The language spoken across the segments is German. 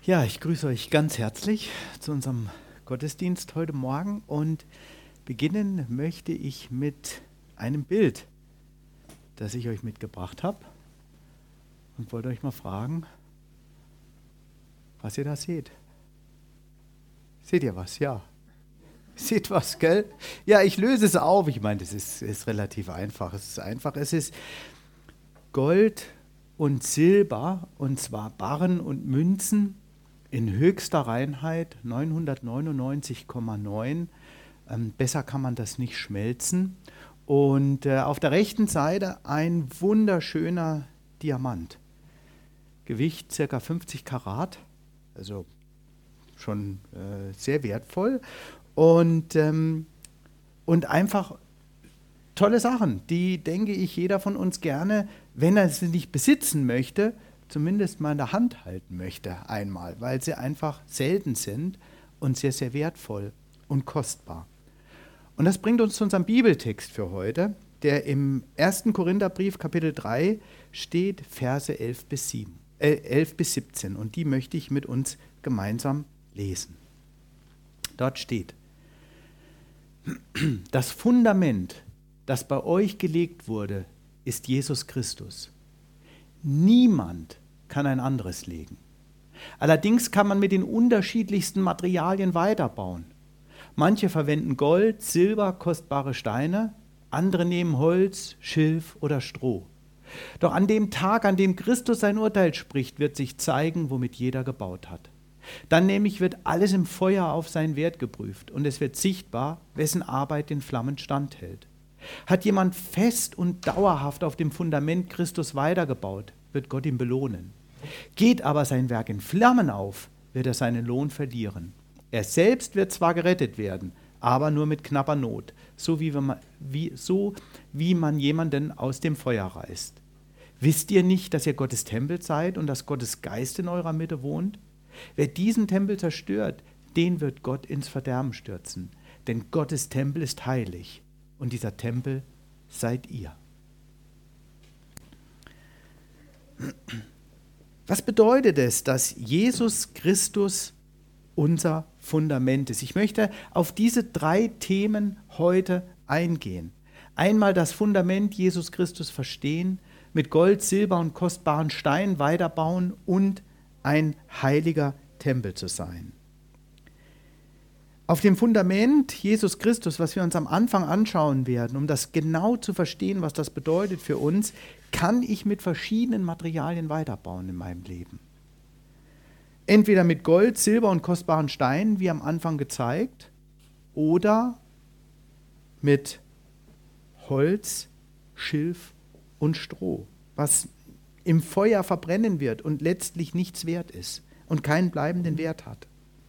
Ja, ich grüße euch ganz herzlich zu unserem Gottesdienst heute Morgen und beginnen möchte ich mit einem Bild, das ich euch mitgebracht habe und wollte euch mal fragen, was ihr da seht. Seht ihr was? Ja. Seht was, gell? Ja, ich löse es auf. Ich meine, das ist relativ einfach. Es ist Gold und Silber, und zwar Barren und Münzen in höchster Reinheit, 999,9. Besser kann man das nicht schmelzen. Und auf der rechten Seite ein wunderschöner Diamant. Gewicht ca. 50 Karat, also schon sehr wertvoll. Und einfach tolle Sachen, die, denke ich, jeder von uns gerne, wenn er sie nicht besitzen möchte, zumindest mal in der Hand halten möchte einmal, weil sie einfach selten sind und sehr, sehr wertvoll und kostbar. Und das bringt uns zu unserem Bibeltext für heute, der im 1. Korintherbrief, Kapitel 3, steht, Verse 11 bis 17. Und die möchte ich mit uns gemeinsam lesen. Dort steht: Das Fundament, das bei euch gelegt wurde, ist Jesus Christus. Niemand kann ein anderes legen. Allerdings kann man mit den unterschiedlichsten Materialien weiterbauen. Manche verwenden Gold, Silber, kostbare Steine, andere nehmen Holz, Schilf oder Stroh. Doch an dem Tag, an dem Christus sein Urteil spricht, wird sich zeigen, womit jeder gebaut hat. Dann nämlich wird alles im Feuer auf seinen Wert geprüft und es wird sichtbar, wessen Arbeit den Flammen standhält. Hat jemand fest und dauerhaft auf dem Fundament Christus weitergebaut, wird Gott ihn belohnen. Geht aber sein Werk in Flammen auf, wird er seinen Lohn verlieren. Er selbst wird zwar gerettet werden, aber nur mit knapper Not, so wie man jemanden aus dem Feuer reißt. Wisst ihr nicht, dass ihr Gottes Tempel seid und dass Gottes Geist in eurer Mitte wohnt? Wer diesen Tempel zerstört, den wird Gott ins Verderben stürzen. Denn Gottes Tempel ist heilig und dieser Tempel seid ihr. Was bedeutet es, dass Jesus Christus unser Fundament ist? Ich möchte auf diese 3 Themen heute eingehen. Einmal das Fundament Jesus Christus verstehen, mit Gold, Silber und kostbaren Steinen weiterbauen und ein heiliger Tempel zu sein. Auf dem Fundament Jesus Christus, was wir uns am Anfang anschauen werden, um das genau zu verstehen, was das bedeutet für uns, kann ich mit verschiedenen Materialien weiterbauen in meinem Leben. Entweder mit Gold, Silber und kostbaren Steinen, wie am Anfang gezeigt, oder mit Holz, Schilf und Stroh, was im Feuer verbrennen wird und letztlich nichts wert ist und keinen bleibenden Wert hat.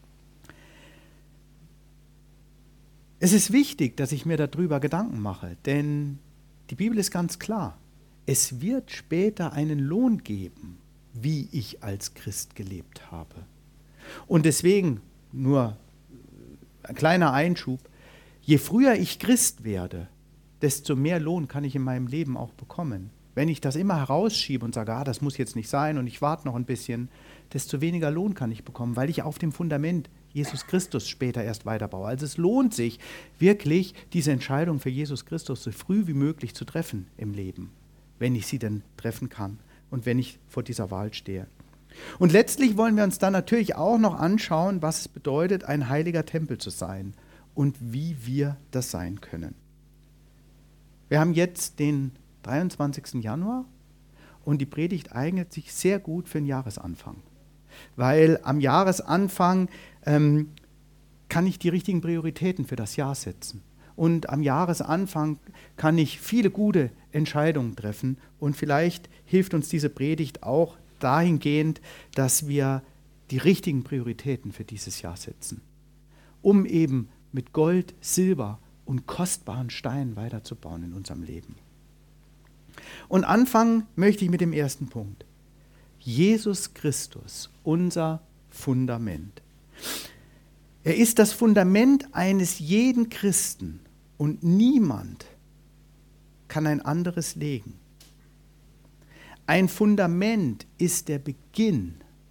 Es ist wichtig, dass ich mir darüber Gedanken mache, denn die Bibel ist ganz klar. Es wird später einen Lohn geben, wie ich als Christ gelebt habe. Und deswegen, nur ein kleiner Einschub, je früher ich Christ werde, desto mehr Lohn kann ich in meinem Leben auch bekommen. Wenn ich das immer herausschiebe und sage, das muss jetzt nicht sein und ich warte noch ein bisschen, desto weniger Lohn kann ich bekommen, weil ich auf dem Fundament Jesus Christus später erst weiterbaue. Also es lohnt sich wirklich, diese Entscheidung für Jesus Christus so früh wie möglich zu treffen im Leben, wenn ich sie denn treffen kann und wenn ich vor dieser Wahl stehe. Und letztlich wollen wir uns dann natürlich auch noch anschauen, was es bedeutet, ein heiliger Tempel zu sein und wie wir das sein können. Wir haben jetzt den 23. Januar und die Predigt eignet sich sehr gut für den Jahresanfang. Weil am Jahresanfang kann ich die richtigen Prioritäten für das Jahr setzen. Und am Jahresanfang kann ich viele gute Entscheidungen treffen. Und vielleicht hilft uns diese Predigt auch dahingehend, dass wir die richtigen Prioritäten für dieses Jahr setzen. Um eben mit Gold, Silber und kostbaren Steinen weiterzubauen in unserem Leben. Und anfangen möchte ich mit dem ersten Punkt. Jesus Christus, unser Fundament. Er ist das Fundament eines jeden Christen und niemand kann ein anderes legen. Ein Fundament ist der Beginn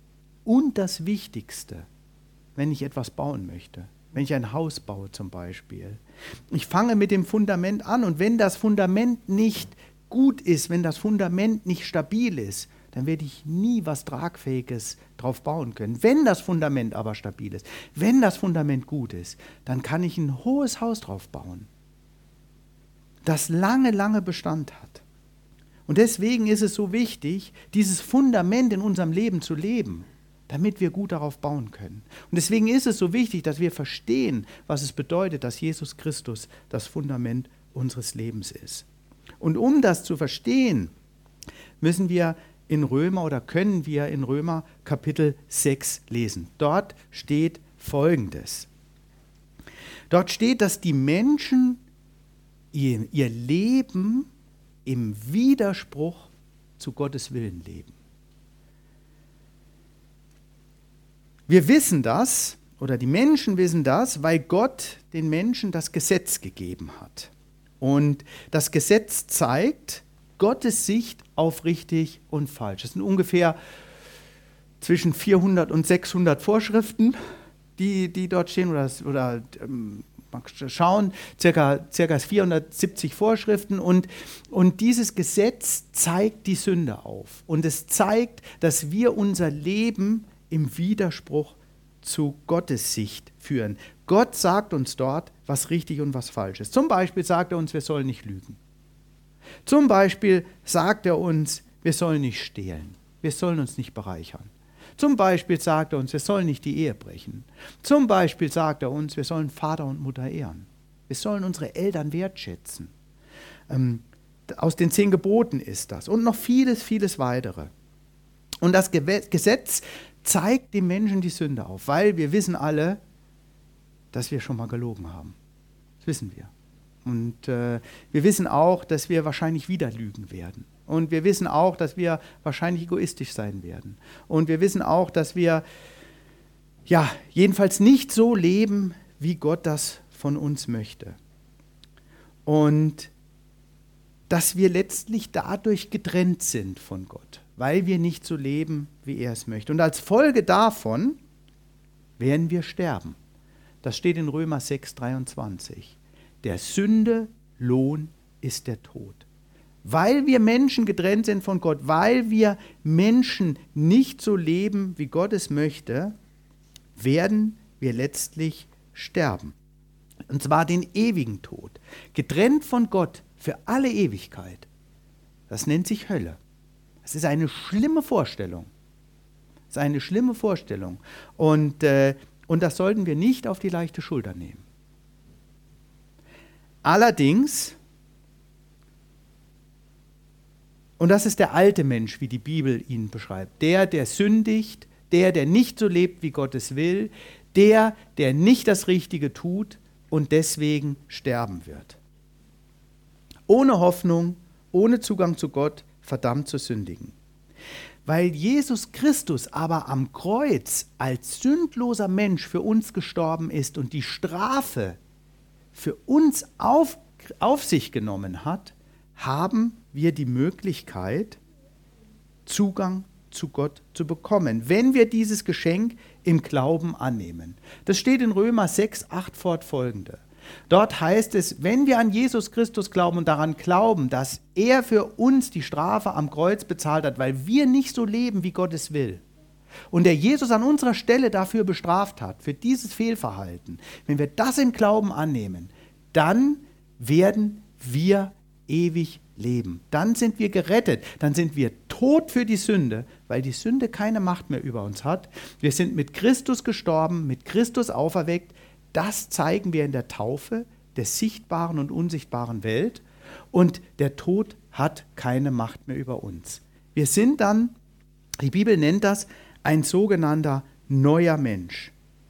und das Wichtigste, wenn ich etwas bauen möchte. Wenn ich ein Haus baue zum Beispiel. Ich fange mit dem Fundament an und wenn das Fundament nicht gut ist, wenn das Fundament nicht stabil ist, dann werde ich nie was Tragfähiges drauf bauen können. Wenn das Fundament aber stabil ist, wenn das Fundament gut ist, dann kann ich ein hohes Haus drauf bauen, das lange, lange Bestand hat. Und deswegen ist es so wichtig, dieses Fundament in unserem Leben zu leben, damit wir gut darauf bauen können. Und deswegen ist es so wichtig, dass wir verstehen, was es bedeutet, dass Jesus Christus das Fundament unseres Lebens ist. Und um das zu verstehen, müssen wir in Römer oder können wir in Römer Kapitel 6 lesen. Dort steht Folgendes. Dort steht, dass die Menschen ihr Leben im Widerspruch zu Gottes Willen leben. Wir wissen das, oder die Menschen wissen das, weil Gott den Menschen das Gesetz gegeben hat. Und das Gesetz zeigt Gottes Sicht auf richtig und falsch. Es sind ungefähr zwischen 400 und 600 Vorschriften, die dort stehen, oder schauen, circa 470 Vorschriften und dieses Gesetz zeigt die Sünde auf. Und es zeigt, dass wir unser Leben im Widerspruch zu Gottes Sicht führen. Gott sagt uns dort, was richtig und was falsch ist. Zum Beispiel sagt er uns, wir sollen nicht lügen. Zum Beispiel sagt er uns, wir sollen nicht stehlen. Wir sollen uns nicht bereichern. Zum Beispiel sagt er uns, wir sollen nicht die Ehe brechen. Zum Beispiel sagt er uns, wir sollen Vater und Mutter ehren. Wir sollen unsere Eltern wertschätzen. Aus den 10 Geboten ist das. Und noch vieles, vieles weitere. Und das Gesetz zeigt dem Menschen die Sünde auf, weil wir wissen alle, dass wir schon mal gelogen haben. Das wissen wir. Und wir wissen auch, dass wir wahrscheinlich wieder lügen werden. Und wir wissen auch, dass wir wahrscheinlich egoistisch sein werden. Und wir wissen auch, dass wir jedenfalls nicht so leben, wie Gott das von uns möchte. Und dass wir letztlich dadurch getrennt sind von Gott, weil wir nicht so leben, wie er es möchte. Und als Folge davon werden wir sterben. Das steht in Römer 6,23. Der Sünde Lohn ist der Tod. Weil wir Menschen getrennt sind von Gott, weil wir Menschen nicht so leben, wie Gott es möchte, werden wir letztlich sterben. Und zwar den ewigen Tod. Getrennt von Gott für alle Ewigkeit. Das nennt sich Hölle. Das ist eine schlimme Vorstellung. Das ist eine schlimme Vorstellung. Und das sollten wir nicht auf die leichte Schulter nehmen. Allerdings, und das ist der alte Mensch, wie die Bibel ihn beschreibt, der sündigt, der nicht so lebt, wie Gott es will, der nicht das Richtige tut und deswegen sterben wird. Ohne Hoffnung, ohne Zugang zu Gott, verdammt zu sündigen. Weil Jesus Christus aber am Kreuz als sündloser Mensch für uns gestorben ist und die Strafe für uns auf sich genommen hat, haben wir die Möglichkeit, Zugang zu Gott zu bekommen, wenn wir dieses Geschenk im Glauben annehmen. Das steht in Römer 6,8 fortfolgende. Dort heißt es, wenn wir an Jesus Christus glauben und daran glauben, dass er für uns die Strafe am Kreuz bezahlt hat, weil wir nicht so leben, wie Gott es will, und der Jesus an unserer Stelle dafür bestraft hat, für dieses Fehlverhalten, wenn wir das im Glauben annehmen, dann werden wir ewig leben. Dann sind wir gerettet, dann sind wir tot für die Sünde, weil die Sünde keine Macht mehr über uns hat. Wir sind mit Christus gestorben, mit Christus auferweckt. Das zeigen wir in der Taufe der sichtbaren und unsichtbaren Welt. Und der Tod hat keine Macht mehr über uns. Wir sind dann, die Bibel nennt das, ein sogenannter neuer Mensch.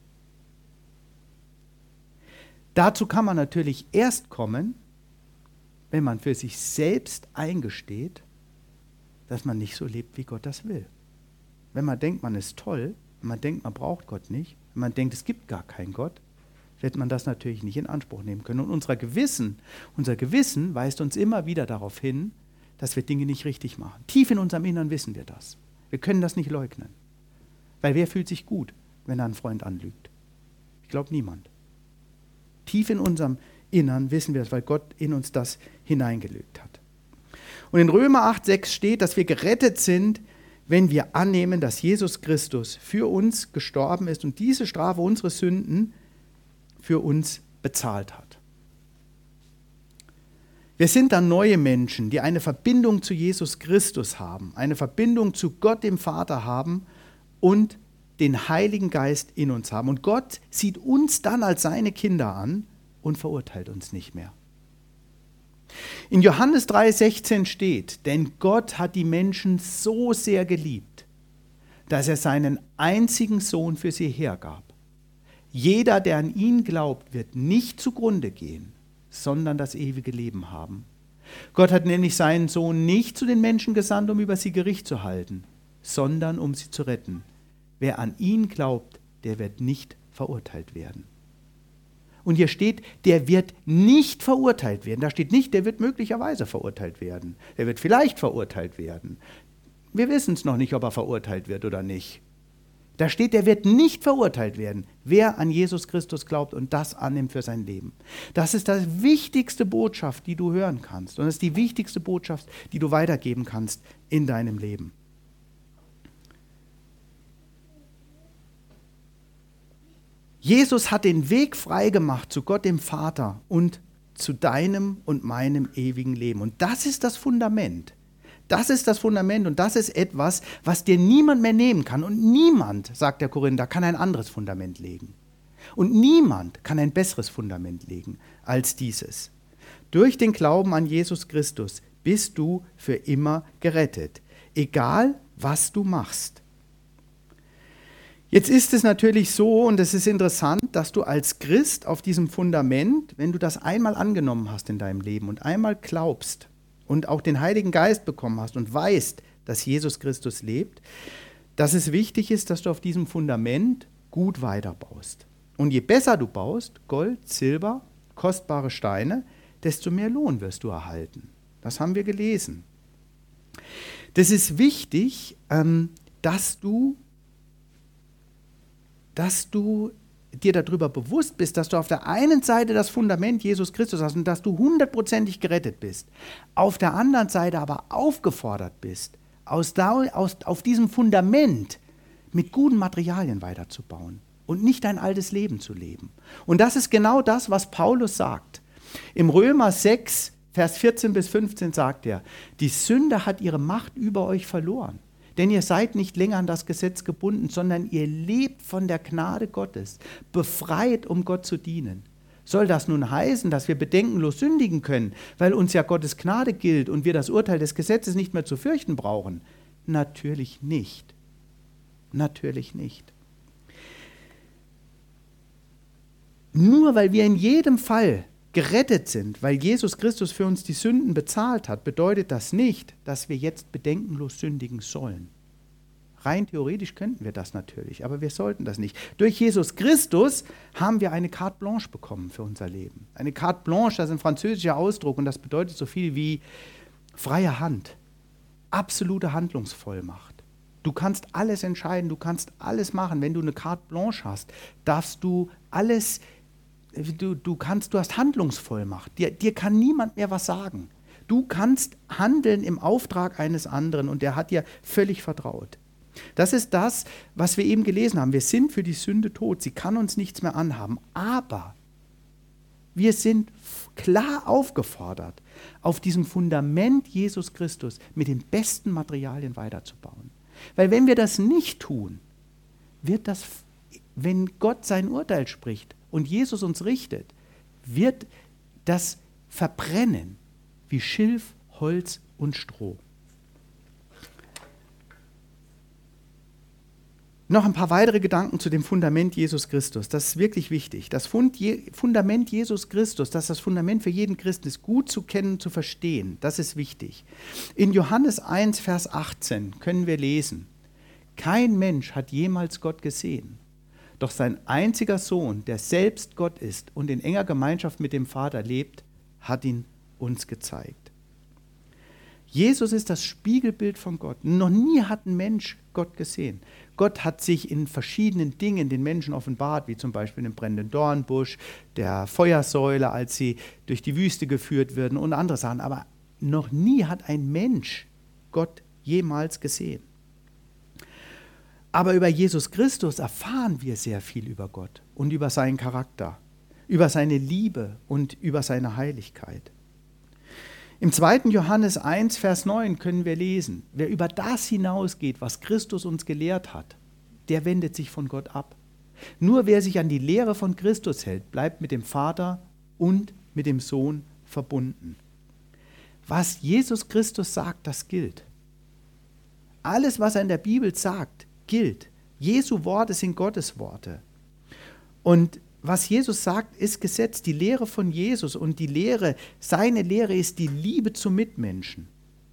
Dazu kann man natürlich erst kommen, wenn man für sich selbst eingesteht, dass man nicht so lebt, wie Gott das will. Wenn man denkt, man ist toll, wenn man denkt, man braucht Gott nicht, wenn man denkt, es gibt gar keinen Gott, wird man das natürlich nicht in Anspruch nehmen können. Und unser Gewissen weist uns immer wieder darauf hin, dass wir Dinge nicht richtig machen. Tief in unserem Innern wissen wir das. Wir können das nicht leugnen. Weil wer fühlt sich gut, wenn er einen Freund anlügt? Ich glaube niemand. Tief in unserem Innern wissen wir das, weil Gott in uns das hineingelegt hat. Und in Römer 8,6 steht, dass wir gerettet sind, wenn wir annehmen, dass Jesus Christus für uns gestorben ist und diese Strafe unserer Sünden für uns bezahlt hat. Wir sind dann neue Menschen, die eine Verbindung zu Jesus Christus haben, eine Verbindung zu Gott dem Vater haben und den Heiligen Geist in uns haben. Und Gott sieht uns dann als seine Kinder an und verurteilt uns nicht mehr. In Johannes 3,16 steht, denn Gott hat die Menschen so sehr geliebt, dass er seinen einzigen Sohn für sie hergab. Jeder, der an ihn glaubt, wird nicht zugrunde gehen, sondern das ewige Leben haben. Gott hat nämlich seinen Sohn nicht zu den Menschen gesandt, um über sie Gericht zu halten, sondern um sie zu retten. Wer an ihn glaubt, der wird nicht verurteilt werden. Und hier steht, der wird nicht verurteilt werden. Da steht nicht, der wird möglicherweise verurteilt werden. Der wird vielleicht verurteilt werden. Wir wissen es noch nicht, ob er verurteilt wird oder nicht. Da steht, der wird nicht verurteilt werden, wer an Jesus Christus glaubt und das annimmt für sein Leben. Das ist die wichtigste Botschaft, die du hören kannst. Und das ist die wichtigste Botschaft, die du weitergeben kannst in deinem Leben. Jesus hat den Weg freigemacht zu Gott dem Vater und zu deinem und meinem ewigen Leben. Und das ist das Fundament. Das ist das Fundament und das ist etwas, was dir niemand mehr nehmen kann. Und niemand, sagt der Korinther, kann ein anderes Fundament legen. Und niemand kann ein besseres Fundament legen als dieses. Durch den Glauben an Jesus Christus bist du für immer gerettet, egal was du machst. Jetzt ist es natürlich so, und es ist interessant, dass du als Christ auf diesem Fundament, wenn du das einmal angenommen hast in deinem Leben und einmal glaubst und auch den Heiligen Geist bekommen hast und weißt, dass Jesus Christus lebt, dass es wichtig ist, dass du auf diesem Fundament gut weiterbaust. Und je besser du baust, Gold, Silber, kostbare Steine, desto mehr Lohn wirst du erhalten. Das haben wir gelesen. Das ist wichtig, dass du dir darüber bewusst bist, dass du auf der einen Seite das Fundament Jesus Christus hast und dass du 100%ig gerettet bist, auf der anderen Seite aber aufgefordert bist, auf diesem Fundament mit guten Materialien weiterzubauen und nicht dein altes Leben zu leben. Und das ist genau das, was Paulus sagt. Im Römer 6, Vers 14 bis 15 sagt er, die Sünde hat ihre Macht über euch verloren. Denn ihr seid nicht länger an das Gesetz gebunden, sondern ihr lebt von der Gnade Gottes, befreit, um Gott zu dienen. Soll das nun heißen, dass wir bedenkenlos sündigen können, weil uns ja Gottes Gnade gilt und wir das Urteil des Gesetzes nicht mehr zu fürchten brauchen? Natürlich nicht. Natürlich nicht. Nur weil wir in jedem Fall gerettet sind, weil Jesus Christus für uns die Sünden bezahlt hat, bedeutet das nicht, dass wir jetzt bedenkenlos sündigen sollen. Rein theoretisch könnten wir das natürlich, aber wir sollten das nicht. Durch Jesus Christus haben wir eine carte blanche bekommen für unser Leben. Eine carte blanche, das ist ein französischer Ausdruck und das bedeutet so viel wie freie Hand, absolute Handlungsvollmacht. Du kannst alles entscheiden, du kannst alles machen. Wenn du eine carte blanche hast, darfst du alles. Du hast Handlungsvollmacht. Dir kann niemand mehr was sagen. Du kannst handeln im Auftrag eines anderen und der hat dir völlig vertraut. Das ist das, was wir eben gelesen haben. Wir sind für die Sünde tot. Sie kann uns nichts mehr anhaben. Aber wir sind klar aufgefordert, auf diesem Fundament Jesus Christus mit den besten Materialien weiterzubauen. Weil wenn wir das nicht tun, wird das, wenn Gott sein Urteil spricht, und Jesus uns richtet, wird das verbrennen wie Schilf, Holz und Stroh. Noch ein paar weitere Gedanken zu dem Fundament Jesus Christus. Das ist wirklich wichtig. Das Fundament Jesus Christus, das ist das Fundament für jeden Christen, ist gut zu kennen, zu verstehen. Das ist wichtig. In Johannes 1, Vers 18 können wir lesen, kein Mensch hat jemals Gott gesehen. Doch sein einziger Sohn, der selbst Gott ist und in enger Gemeinschaft mit dem Vater lebt, hat ihn uns gezeigt. Jesus ist das Spiegelbild von Gott. Noch nie hat ein Mensch Gott gesehen. Gott hat sich in verschiedenen Dingen den Menschen offenbart, wie zum Beispiel im brennenden Dornbusch, der Feuersäule, als sie durch die Wüste geführt werden und andere Sachen. Aber noch nie hat ein Mensch Gott jemals gesehen. Aber über Jesus Christus erfahren wir sehr viel über Gott und über seinen Charakter, über seine Liebe und über seine Heiligkeit. Im 2. Johannes 1, Vers 9 können wir lesen, wer über das hinausgeht, was Christus uns gelehrt hat, der wendet sich von Gott ab. Nur wer sich an die Lehre von Christus hält, bleibt mit dem Vater und mit dem Sohn verbunden. Was Jesus Christus sagt, das gilt. Alles, was er in der Bibel sagt, gilt. Jesu Worte sind Gottes Worte. Und was Jesus sagt, ist Gesetz, die Lehre von Jesus und die Lehre, seine Lehre ist die Liebe zum Mitmenschen.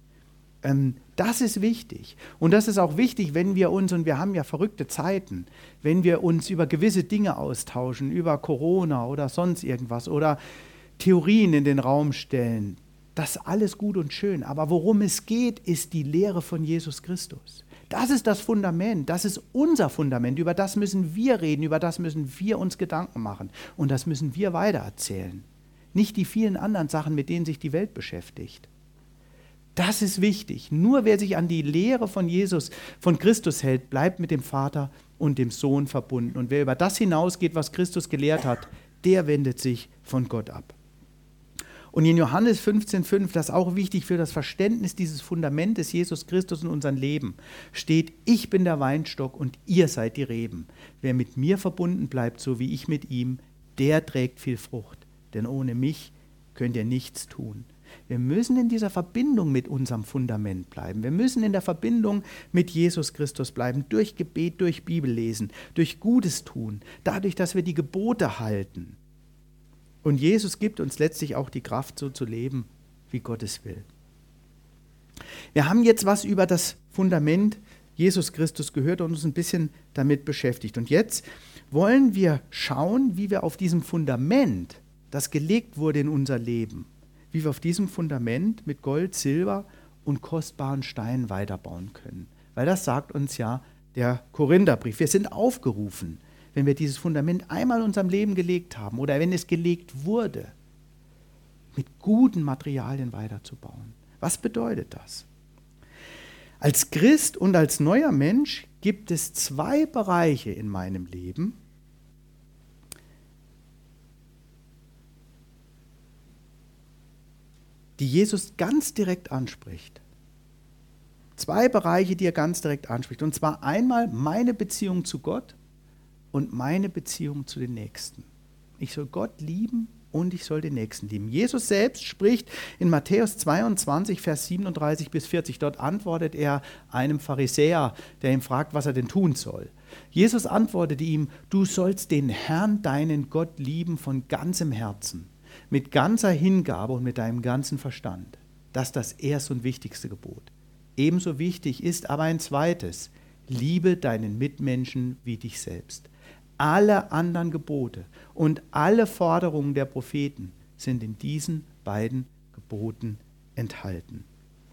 Das ist wichtig. Und das ist auch wichtig, wenn wir uns, und wir haben ja verrückte Zeiten, wenn wir uns über gewisse Dinge austauschen, über Corona oder sonst irgendwas oder Theorien in den Raum stellen. Das ist alles gut und schön. Aber worum es geht, ist die Lehre von Jesus Christus. Das ist das Fundament, das ist unser Fundament, über das müssen wir reden, über das müssen wir uns Gedanken machen und das müssen wir weitererzählen. Nicht die vielen anderen Sachen, mit denen sich die Welt beschäftigt. Das ist wichtig. Nur wer sich an die Lehre von Jesus, von Christus hält, bleibt mit dem Vater und dem Sohn verbunden. Und wer über das hinausgeht, was Christus gelehrt hat, der wendet sich von Gott ab. Und in Johannes 15,5, das ist auch wichtig für das Verständnis dieses Fundamentes Jesus Christus in unserem Leben, steht, ich bin der Weinstock und ihr seid die Reben. Wer mit mir verbunden bleibt, so wie ich mit ihm, der trägt viel Frucht. Denn ohne mich könnt ihr nichts tun. Wir müssen in dieser Verbindung mit unserem Fundament bleiben. Wir müssen in der Verbindung mit Jesus Christus bleiben, durch Gebet, durch Bibellesen, durch Gutes tun, dadurch, dass wir die Gebote halten. Und Jesus gibt uns letztlich auch die Kraft, so zu leben, wie Gott es will. Wir haben jetzt was über das Fundament Jesus Christus gehört und uns ein bisschen damit beschäftigt. Und jetzt wollen wir schauen, wie wir auf diesem Fundament, das gelegt wurde in unser Leben, wie wir auf diesem Fundament mit Gold, Silber und kostbaren Steinen weiterbauen können. Weil das sagt uns ja der Korintherbrief. Wir sind aufgerufen, wenn wir dieses Fundament einmal in unserem Leben gelegt haben oder wenn es gelegt wurde, mit guten Materialien weiterzubauen. Was bedeutet das? Als Christ und als neuer Mensch gibt es 2 Bereiche in meinem Leben, die Jesus ganz direkt anspricht. 2 Bereiche, die er ganz direkt anspricht. Und zwar einmal meine Beziehung zu Gott und meine Beziehung zu den Nächsten. Ich soll Gott lieben und ich soll den Nächsten lieben. Jesus selbst spricht in Matthäus 22, Vers 37 bis 40. Dort antwortet er einem Pharisäer, der ihn fragt, was er denn tun soll. Jesus antwortete ihm, du sollst den Herrn, deinen Gott lieben von ganzem Herzen, mit ganzer Hingabe und mit deinem ganzen Verstand. Das ist das erste und wichtigste Gebot. Ebenso wichtig ist aber ein zweites, liebe deinen Mitmenschen wie dich selbst. Alle anderen Gebote und alle Forderungen der Propheten sind in diesen beiden Geboten enthalten.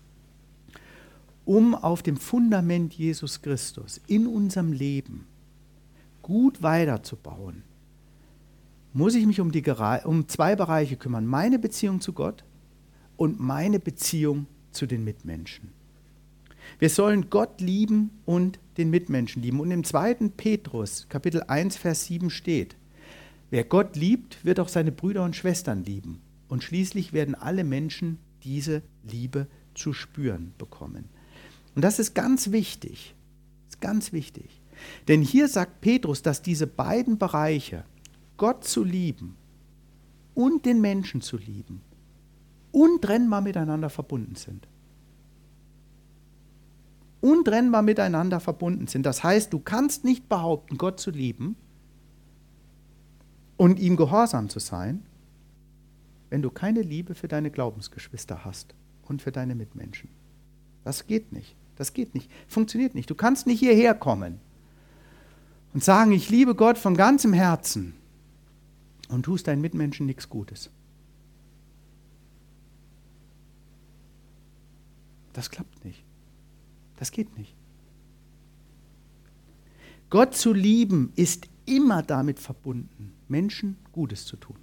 Um auf dem Fundament Jesus Christus in unserem Leben gut weiterzubauen, muss ich mich um 2 Bereiche kümmern. Meine Beziehung zu Gott und meine Beziehung zu den Mitmenschen. Wir sollen Gott lieben und den Mitmenschen lieben. Und im 2. Petrus, Kapitel 1, Vers 7 steht, wer Gott liebt, wird auch seine Brüder und Schwestern lieben. Und schließlich werden alle Menschen diese Liebe zu spüren bekommen. Und das ist ganz wichtig. Das ist ganz wichtig. Denn hier sagt Petrus, dass diese beiden Bereiche, Gott zu lieben und den Menschen zu lieben, untrennbar miteinander verbunden sind. Untrennbar miteinander verbunden sind. Das heißt, du kannst nicht behaupten, Gott zu lieben und ihm gehorsam zu sein, wenn du keine Liebe für deine Glaubensgeschwister hast und für deine Mitmenschen. Das geht nicht. Das geht nicht. Funktioniert nicht. Du kannst nicht hierher kommen und sagen, ich liebe Gott von ganzem Herzen und tust deinen Mitmenschen nichts Gutes. Das klappt nicht. Das geht nicht. Gott zu lieben ist immer damit verbunden, Menschen Gutes zu tun.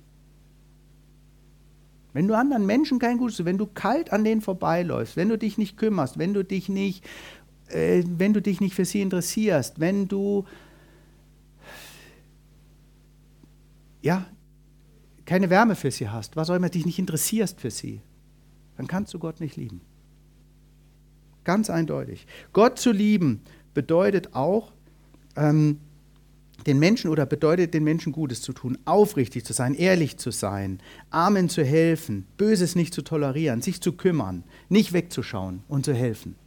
Wenn du anderen Menschen kein Gutes tust, wenn du kalt an denen vorbeiläufst, wenn du dich nicht kümmerst, wenn du dich nicht für sie interessierst, wenn du keine Wärme für sie hast, was auch immer, dich nicht interessierst für sie, dann kannst du Gott nicht lieben. Ganz eindeutig. Gott zu lieben bedeutet auch, den Menschen Gutes zu tun, aufrichtig zu sein, ehrlich zu sein, Armen zu helfen, Böses nicht zu tolerieren, sich zu kümmern, nicht wegzuschauen und zu helfen.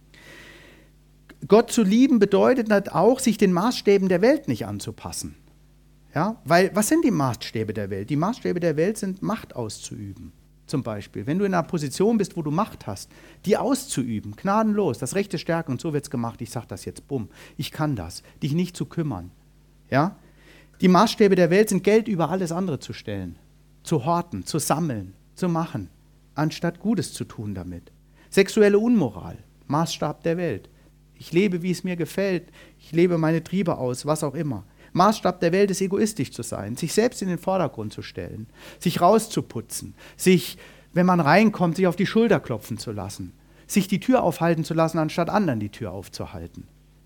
Gott zu lieben bedeutet auch, sich den Maßstäben der Welt nicht anzupassen. Ja? Weil, was sind die Maßstäbe der Welt? Die Maßstäbe der Welt sind, Macht auszuüben. Zum Beispiel, wenn du in einer Position bist, wo du Macht hast, die auszuüben, gnadenlos, das Recht ist Stärke und so wird es gemacht, ich sage das jetzt, bumm, ich kann das, dich nicht zu kümmern. Ja? Die Maßstäbe der Welt sind, Geld über alles andere zu stellen, zu horten, zu sammeln, zu machen, anstatt Gutes zu tun damit. Sexuelle Unmoral, Maßstab der Welt. Ich lebe, wie es mir gefällt, ich lebe meine Triebe aus, was auch immer. Maßstab der Welt ist, egoistisch zu sein, sich selbst in den Vordergrund zu stellen, sich rauszuputzen, sich, wenn man reinkommt, sich auf die Schulter klopfen zu lassen, sich die Tür aufhalten zu lassen, anstatt anderen die Tür aufzuhalten.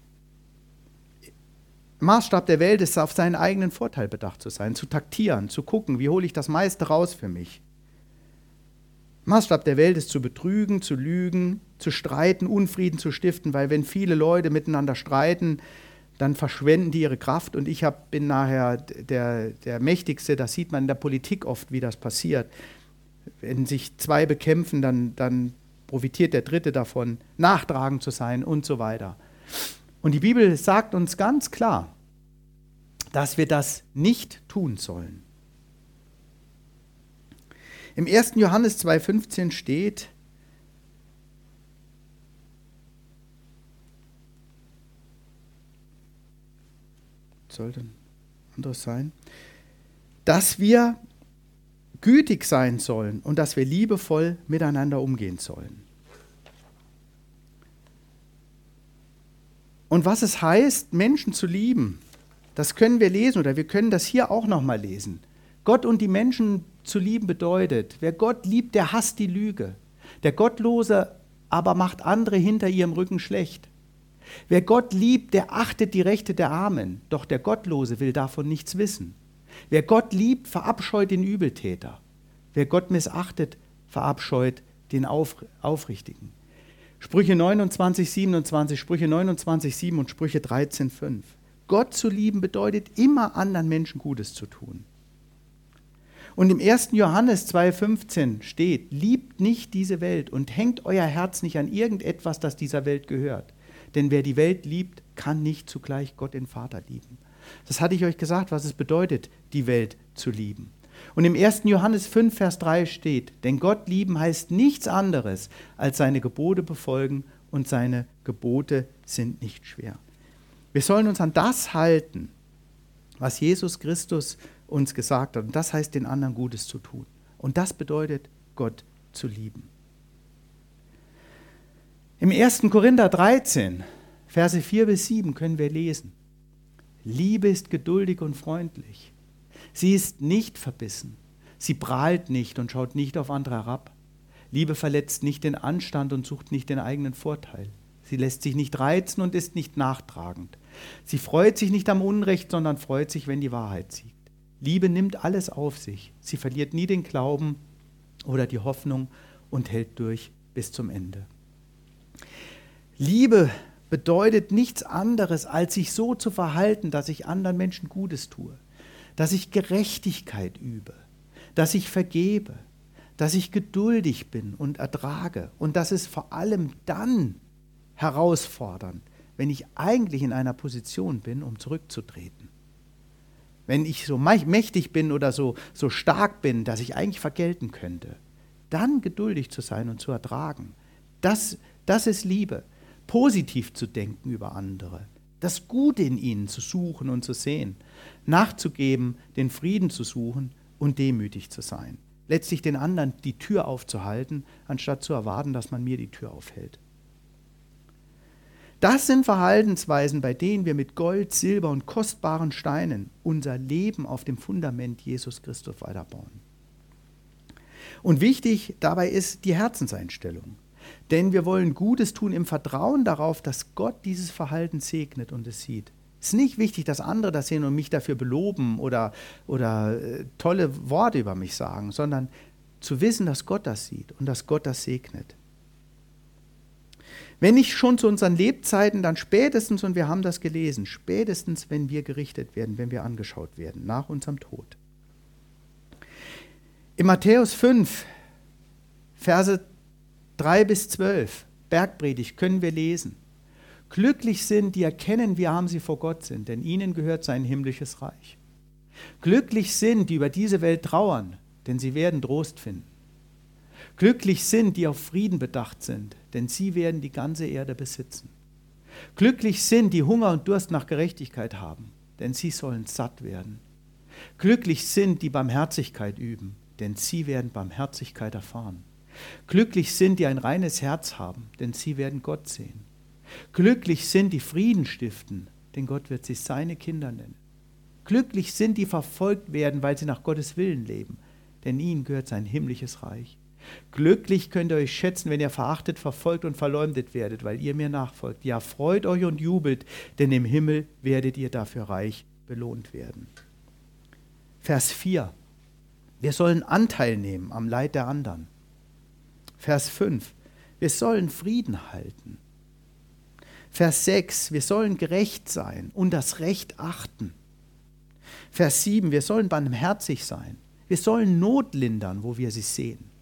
Maßstab der Welt ist, auf seinen eigenen Vorteil bedacht zu sein, zu taktieren, zu gucken, wie hole ich das meiste raus für mich. Maßstab der Welt ist, zu betrügen, zu lügen, zu streiten, Unfrieden zu stiften, weil wenn viele Leute miteinander streiten, dann verschwenden die ihre Kraft und ich bin nachher der Mächtigste. Das sieht man in der Politik oft, wie das passiert. Wenn sich zwei bekämpfen, dann profitiert der Dritte davon, nachtragend zu sein und so weiter. Und die Bibel sagt uns ganz klar, dass wir das nicht tun sollen. Im 1. Johannes 2,15 steht, sollte ein anderes sein, dass wir gütig sein sollen und dass wir liebevoll miteinander umgehen sollen. Und was es heißt, Menschen zu lieben, das können wir lesen oder wir können das hier auch nochmal lesen. Gott und die Menschen zu lieben bedeutet, wer Gott liebt, der hasst die Lüge. Der Gottlose aber macht andere hinter ihrem Rücken schlecht. Wer Gott liebt, der achtet die Rechte der Armen, doch der Gottlose will davon nichts wissen. Wer Gott liebt, verabscheut den Übeltäter. Wer Gott missachtet, verabscheut den Aufrichtigen. Sprüche 29, 27, Sprüche 29, 7 und Sprüche 13, 5. Gott zu lieben bedeutet immer anderen Menschen Gutes zu tun. Und im 1. Johannes 2,15 steht, liebt nicht diese Welt und hängt euer Herz nicht an irgendetwas, das dieser Welt gehört. Denn wer die Welt liebt, kann nicht zugleich Gott den Vater lieben. Das hatte ich euch gesagt, was es bedeutet, die Welt zu lieben. Und im 1. Johannes 5, Vers 3 steht, denn Gott lieben heißt nichts anderes, als seine Gebote befolgen und seine Gebote sind nicht schwer. Wir sollen uns an das halten, was Jesus Christus uns gesagt hat. Und das heißt, den anderen Gutes zu tun. Und das bedeutet, Gott zu lieben. Im 1. Korinther 13, Verse 4 bis 7 können wir lesen. Liebe ist geduldig und freundlich. Sie ist nicht verbissen. Sie prahlt nicht und schaut nicht auf andere herab. Liebe verletzt nicht den Anstand und sucht nicht den eigenen Vorteil. Sie lässt sich nicht reizen und ist nicht nachtragend. Sie freut sich nicht am Unrecht, sondern freut sich, wenn die Wahrheit siegt. Liebe nimmt alles auf sich. Sie verliert nie den Glauben oder die Hoffnung und hält durch bis zum Ende. Liebe bedeutet nichts anderes, als sich so zu verhalten, dass ich anderen Menschen Gutes tue, dass ich Gerechtigkeit übe, dass ich vergebe, dass ich geduldig bin und ertrage. Und das ist vor allem dann herausfordernd, wenn ich eigentlich in einer Position bin, um zurückzutreten. Wenn ich so mächtig bin oder so stark bin, dass ich eigentlich vergelten könnte, dann geduldig zu sein und zu ertragen. Das ist Liebe. Positiv zu denken über andere, das Gute in ihnen zu suchen und zu sehen, nachzugeben, den Frieden zu suchen und demütig zu sein. Letztlich den anderen die Tür aufzuhalten, anstatt zu erwarten, dass man mir die Tür aufhält. Das sind Verhaltensweisen, bei denen wir mit Gold, Silber und kostbaren Steinen unser Leben auf dem Fundament Jesus Christus weiterbauen. Und wichtig dabei ist die Herzenseinstellung. Denn wir wollen Gutes tun im Vertrauen darauf, dass Gott dieses Verhalten segnet und es sieht. Es ist nicht wichtig, dass andere das sehen und mich dafür beloben oder tolle Worte über mich sagen, sondern zu wissen, dass Gott das sieht und dass Gott das segnet. Wenn nicht schon zu unseren Lebzeiten, dann spätestens, und wir haben das gelesen, spätestens, wenn wir gerichtet werden, wenn wir angeschaut werden, nach unserem Tod. In Matthäus 5, Verse 3-12, Bergpredigt, können wir lesen: Glücklich sind, die erkennen, wie arm sie vor Gott sind, denn ihnen gehört sein himmlisches Reich. Glücklich sind, die über diese Welt trauern, denn sie werden Trost finden. Glücklich sind, die auf Frieden bedacht sind, denn sie werden die ganze Erde besitzen. Glücklich sind, die Hunger und Durst nach Gerechtigkeit haben, denn sie sollen satt werden. Glücklich sind, die Barmherzigkeit üben, denn sie werden Barmherzigkeit erfahren. Glücklich sind, die ein reines Herz haben, denn sie werden Gott sehen. Glücklich sind, die Frieden stiften, denn Gott wird sie seine Kinder nennen. Glücklich sind, die verfolgt werden, weil sie nach Gottes Willen leben, denn ihnen gehört sein himmlisches Reich. Glücklich könnt ihr euch schätzen, wenn ihr verachtet, verfolgt und verleumdet werdet, weil ihr mir nachfolgt. Ja, freut euch und jubelt, denn im Himmel werdet ihr dafür reich belohnt werden. Vers 4. Wir sollen Anteil nehmen am Leid der anderen. Vers 5. Wir sollen Frieden halten. Vers 6. Wir sollen gerecht sein und das Recht achten. Vers 7. Wir sollen barmherzig sein. Wir sollen Not lindern, wo wir sie sehen.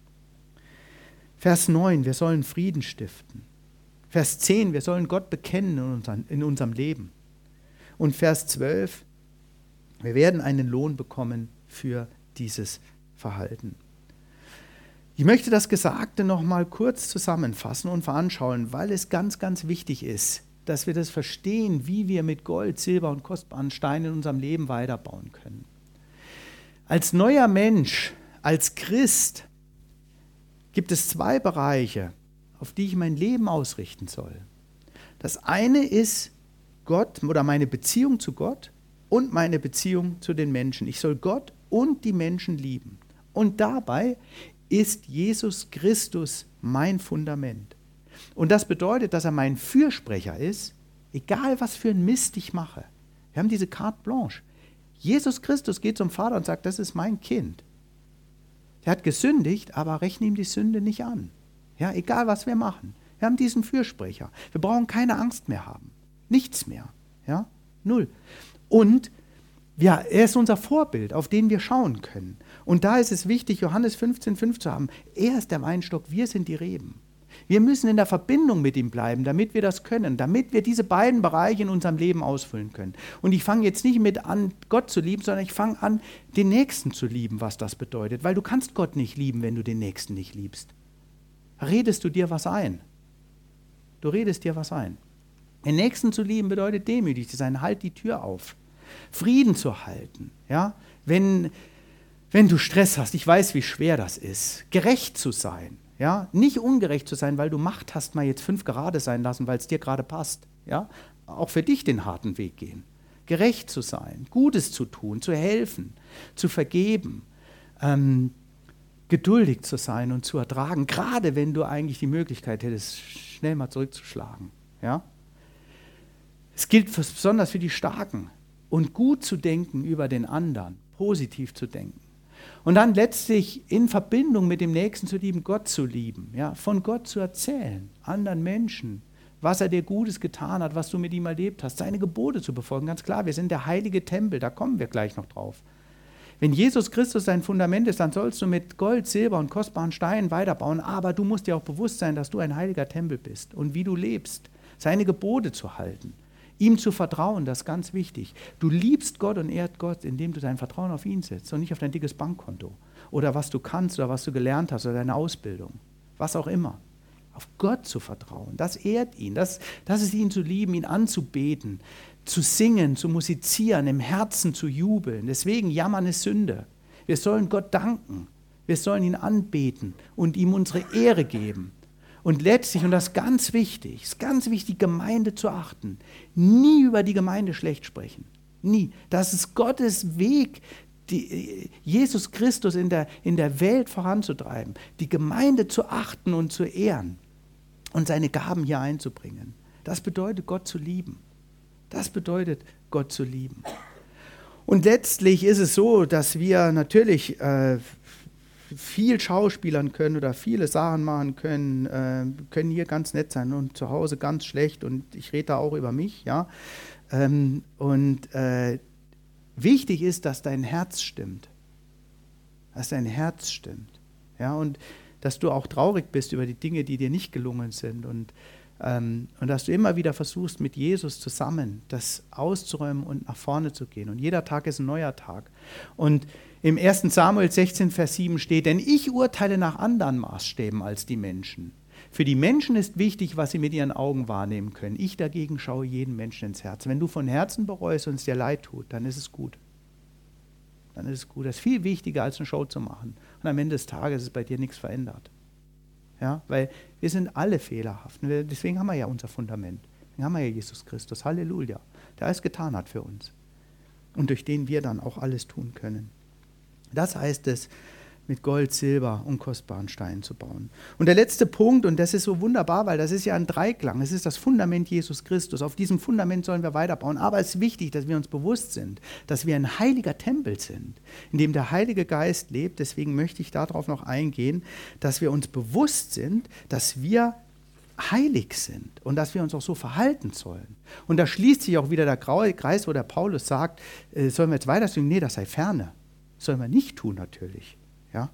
Vers 9, wir sollen Frieden stiften. Vers 10, wir sollen Gott bekennen in unserem Leben. Und Vers 12, wir werden einen Lohn bekommen für dieses Verhalten. Ich möchte das Gesagte noch mal kurz zusammenfassen und veranschaulichen, weil es ganz, ganz wichtig ist, dass wir das verstehen, wie wir mit Gold, Silber und kostbaren Steinen in unserem Leben weiterbauen können. Als neuer Mensch, als Christ, gibt es zwei Bereiche, auf die ich mein Leben ausrichten soll. Das eine ist Gott oder meine Beziehung zu Gott und meine Beziehung zu den Menschen. Ich soll Gott und die Menschen lieben. Und dabei ist Jesus Christus mein Fundament. Und das bedeutet, dass er mein Fürsprecher ist, egal was für ein Mist ich mache. Wir haben diese Carte Blanche. Jesus Christus geht zum Vater und sagt, das ist mein Kind. Er hat gesündigt, aber rechne ihm die Sünde nicht an. Ja, egal, was wir machen. Wir haben diesen Fürsprecher. Wir brauchen keine Angst mehr haben. Nichts mehr. Ja, null. Und ja, er ist unser Vorbild, auf den wir schauen können. Und da ist es wichtig, Johannes 15,5 zu haben. Er ist der Weinstock, wir sind die Reben. Wir müssen in der Verbindung mit ihm bleiben, damit wir das können, damit wir diese beiden Bereiche in unserem Leben ausfüllen können. Und ich fange jetzt nicht mit an, Gott zu lieben, sondern ich fange an, den Nächsten zu lieben, was das bedeutet. Weil du kannst Gott nicht lieben, wenn du den Nächsten nicht liebst. Redest du dir was ein? Du redest dir was ein. Den Nächsten zu lieben bedeutet demütig zu sein, halt die Tür auf. Frieden zu halten, ja? Wenn du Stress hast, ich weiß, wie schwer das ist, gerecht zu sein. Ja, nicht ungerecht zu sein, weil du Macht hast, mal jetzt 5 gerade sein lassen, weil es dir gerade passt. Ja, auch für dich den harten Weg gehen. Gerecht zu sein, Gutes zu tun, zu helfen, zu vergeben, geduldig zu sein und zu ertragen, gerade wenn du eigentlich die Möglichkeit hättest, schnell mal zurückzuschlagen. Ja? Es gilt besonders für die Starken und gut zu denken über den anderen, positiv zu denken. Und dann letztlich in Verbindung mit dem Nächsten zu lieben, Gott zu lieben, ja, von Gott zu erzählen, anderen Menschen, was er dir Gutes getan hat, was du mit ihm erlebt hast, seine Gebote zu befolgen. Ganz klar, wir sind der heilige Tempel, da kommen wir gleich noch drauf. Wenn Jesus Christus dein Fundament ist, dann sollst du mit Gold, Silber und kostbaren Steinen weiterbauen, aber du musst dir auch bewusst sein, dass du ein heiliger Tempel bist und wie du lebst, seine Gebote zu halten. Ihm zu vertrauen, das ist ganz wichtig. Du liebst Gott und ehrt Gott, indem du dein Vertrauen auf ihn setzt und nicht auf dein dickes Bankkonto oder was du kannst oder was du gelernt hast oder deine Ausbildung, was auch immer. Auf Gott zu vertrauen, das ehrt ihn, das ist ihn zu lieben, ihn anzubeten, zu singen, zu musizieren, im Herzen zu jubeln. Deswegen jammern ist Sünde. Wir sollen Gott danken, wir sollen ihn anbeten und ihm unsere Ehre geben. Und letztlich, und das ist ganz wichtig, die Gemeinde zu achten. Nie über die Gemeinde schlecht sprechen. Nie. Das ist Gottes Weg, Jesus Christus in der Welt voranzutreiben. Die Gemeinde zu achten und zu ehren und seine Gaben hier einzubringen. Das bedeutet, Gott zu lieben. Das bedeutet, Gott zu lieben. Und letztlich ist es so, dass wir natürlich viel schauspielern können oder viele Sachen machen können, können hier ganz nett sein und zu Hause ganz schlecht, und ich rede da auch über mich, ja. Wichtig ist, dass dein Herz stimmt. Dass dein Herz stimmt. Ja, und dass du auch traurig bist über die Dinge, die dir nicht gelungen sind, und dass du immer wieder versuchst, mit Jesus zusammen das auszuräumen und nach vorne zu gehen. Und jeder Tag ist ein neuer Tag. Und im 1. Samuel 16, Vers 7 steht: Denn ich urteile nach anderen Maßstäben als die Menschen. Für die Menschen ist wichtig, was sie mit ihren Augen wahrnehmen können. Ich dagegen schaue jeden Menschen ins Herz. Wenn du von Herzen bereust und es dir leid tut, dann ist es gut. Dann ist es gut. Das ist viel wichtiger, als eine Show zu machen. Und am Ende des Tages ist bei dir nichts verändert. Ja, weil wir sind alle fehlerhaft. Deswegen haben wir ja unser Fundament. Deswegen haben wir ja Jesus Christus. Halleluja. Der alles getan hat für uns. Und durch den wir dann auch alles tun können. Das heißt es, mit Gold, Silber und kostbaren Steinen zu bauen. Und der letzte Punkt, und das ist so wunderbar, weil das ist ja ein Dreiklang, es ist das Fundament Jesus Christus. Auf diesem Fundament sollen wir weiterbauen. Aber es ist wichtig, dass wir uns bewusst sind, dass wir ein heiliger Tempel sind, in dem der Heilige Geist lebt. Deswegen möchte ich darauf noch eingehen, dass wir uns bewusst sind, dass wir heilig sind und dass wir uns auch so verhalten sollen. Und da schließt sich auch wieder der graue Kreis, wo der Paulus sagt, sollen wir jetzt weiter singen? Nee, das sei ferne. Das sollen wir nicht tun natürlich. Ja?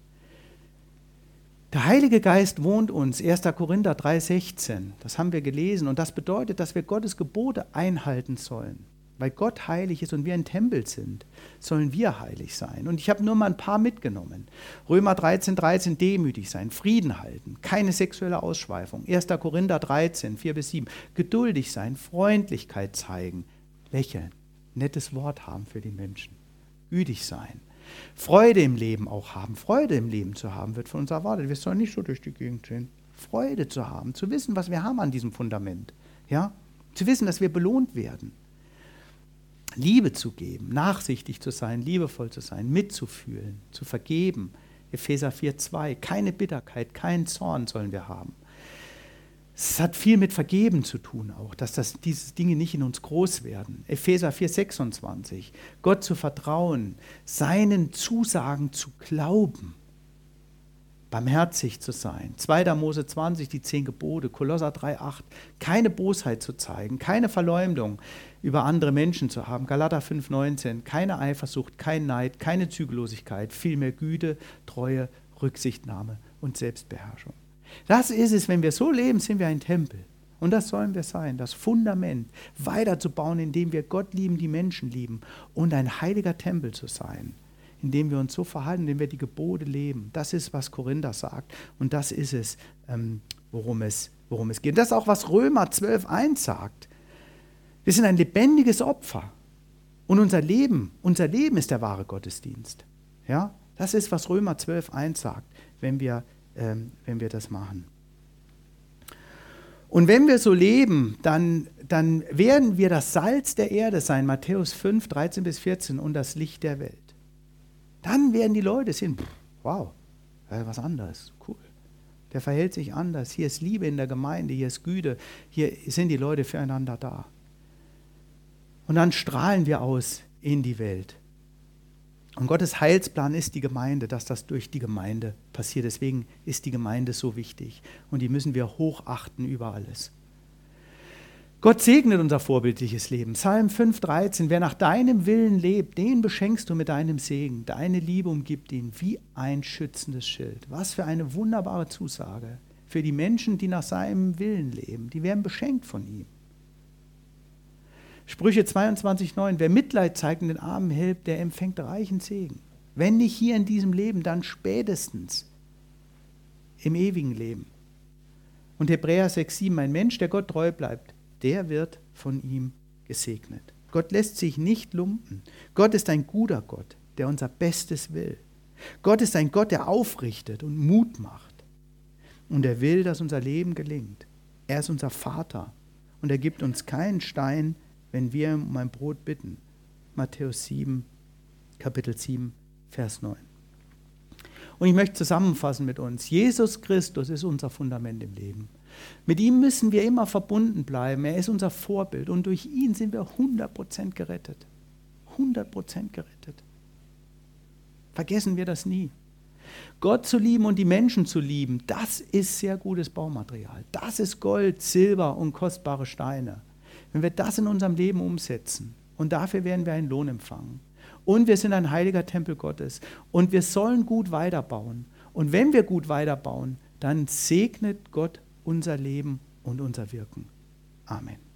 Der Heilige Geist wohnt uns, 1. Korinther 3,16, das haben wir gelesen, und das bedeutet, dass wir Gottes Gebote einhalten sollen. Weil Gott heilig ist und wir ein Tempel sind, sollen wir heilig sein. Und ich habe nur mal ein paar mitgenommen. Römer 13,13, demütig sein, Frieden halten, keine sexuelle Ausschweifung. 1. Korinther 13, 4-7, geduldig sein, Freundlichkeit zeigen, lächeln, nettes Wort haben für die Menschen, gütig sein. Freude im Leben auch haben. Freude im Leben zu haben, wird von uns erwartet. Wir sollen nicht so durch die Gegend gehen. Freude zu haben, zu wissen, was wir haben an diesem Fundament. Ja? Zu wissen, dass wir belohnt werden. Liebe zu geben, nachsichtig zu sein, liebevoll zu sein, mitzufühlen, zu vergeben. Epheser 4,2. Keine Bitterkeit, keinen Zorn sollen wir haben. Es hat viel mit Vergeben zu tun auch, dass diese Dinge nicht in uns groß werden. Epheser 4,26. Gott zu vertrauen, seinen Zusagen zu glauben, barmherzig zu sein. 2. Mose 20, die 10 Gebote, Kolosser 3,8. Keine Bosheit zu zeigen, keine Verleumdung über andere Menschen zu haben. Galater 5,19. Keine Eifersucht, kein Neid, keine Zügellosigkeit, vielmehr Güte, Treue, Rücksichtnahme und Selbstbeherrschung. Das ist es, wenn wir so leben, sind wir ein Tempel. Und das sollen wir sein, das Fundament weiterzubauen, indem wir Gott lieben, die Menschen lieben und ein heiliger Tempel zu sein, indem wir uns so verhalten, indem wir die Gebote leben. Das ist, was Korinther sagt, und das ist es, worum es geht. Das ist auch, was Römer 12,1 sagt. Wir sind ein lebendiges Opfer und unser Leben ist der wahre Gottesdienst. Ja? Das ist, was Römer 12,1 sagt, wenn wir das machen. Und wenn wir so leben, dann werden wir das Salz der Erde sein, Matthäus 5, 13-14, und das Licht der Welt. Dann werden die Leute sehen, wow, was anderes, cool. Der verhält sich anders, hier ist Liebe in der Gemeinde, hier ist Güte, hier sind die Leute füreinander da. Und dann strahlen wir aus in die Welt. Und Gottes Heilsplan ist die Gemeinde, dass das durch die Gemeinde passiert. Deswegen ist die Gemeinde so wichtig. Und die müssen wir hochachten über alles. Gott segnet unser vorbildliches Leben. Psalm 5,13. Wer nach deinem Willen lebt, den beschenkst du mit deinem Segen. Deine Liebe umgibt ihn wie ein schützendes Schild. Was für eine wunderbare Zusage für die Menschen, die nach seinem Willen leben. Die werden beschenkt von ihm. Sprüche 22,9. Wer Mitleid zeigt und den Armen hilft, der empfängt reichen Segen. Wenn nicht hier in diesem Leben, dann spätestens im ewigen Leben. Und Hebräer 6,7. Ein Mensch, der Gott treu bleibt, der wird von ihm gesegnet. Gott lässt sich nicht lumpen. Gott ist ein guter Gott, der unser Bestes will. Gott ist ein Gott, der aufrichtet und Mut macht. Und er will, dass unser Leben gelingt. Er ist unser Vater. Und er gibt uns keinen Stein, wenn wir um ein Brot bitten. Matthäus 7, Kapitel 7, Vers 9. Und ich möchte zusammenfassen mit uns. Jesus Christus ist unser Fundament im Leben. Mit ihm müssen wir immer verbunden bleiben. Er ist unser Vorbild. Und durch ihn sind wir 100% gerettet. 100% gerettet. Vergessen wir das nie. Gott zu lieben und die Menschen zu lieben, das ist sehr gutes Baumaterial. Das ist Gold, Silber und kostbare Steine. Wenn wir das in unserem Leben umsetzen, und dafür werden wir einen Lohn empfangen. Und wir sind ein heiliger Tempel Gottes. Und wir sollen gut weiterbauen. Und wenn wir gut weiterbauen, dann segnet Gott unser Leben und unser Wirken. Amen.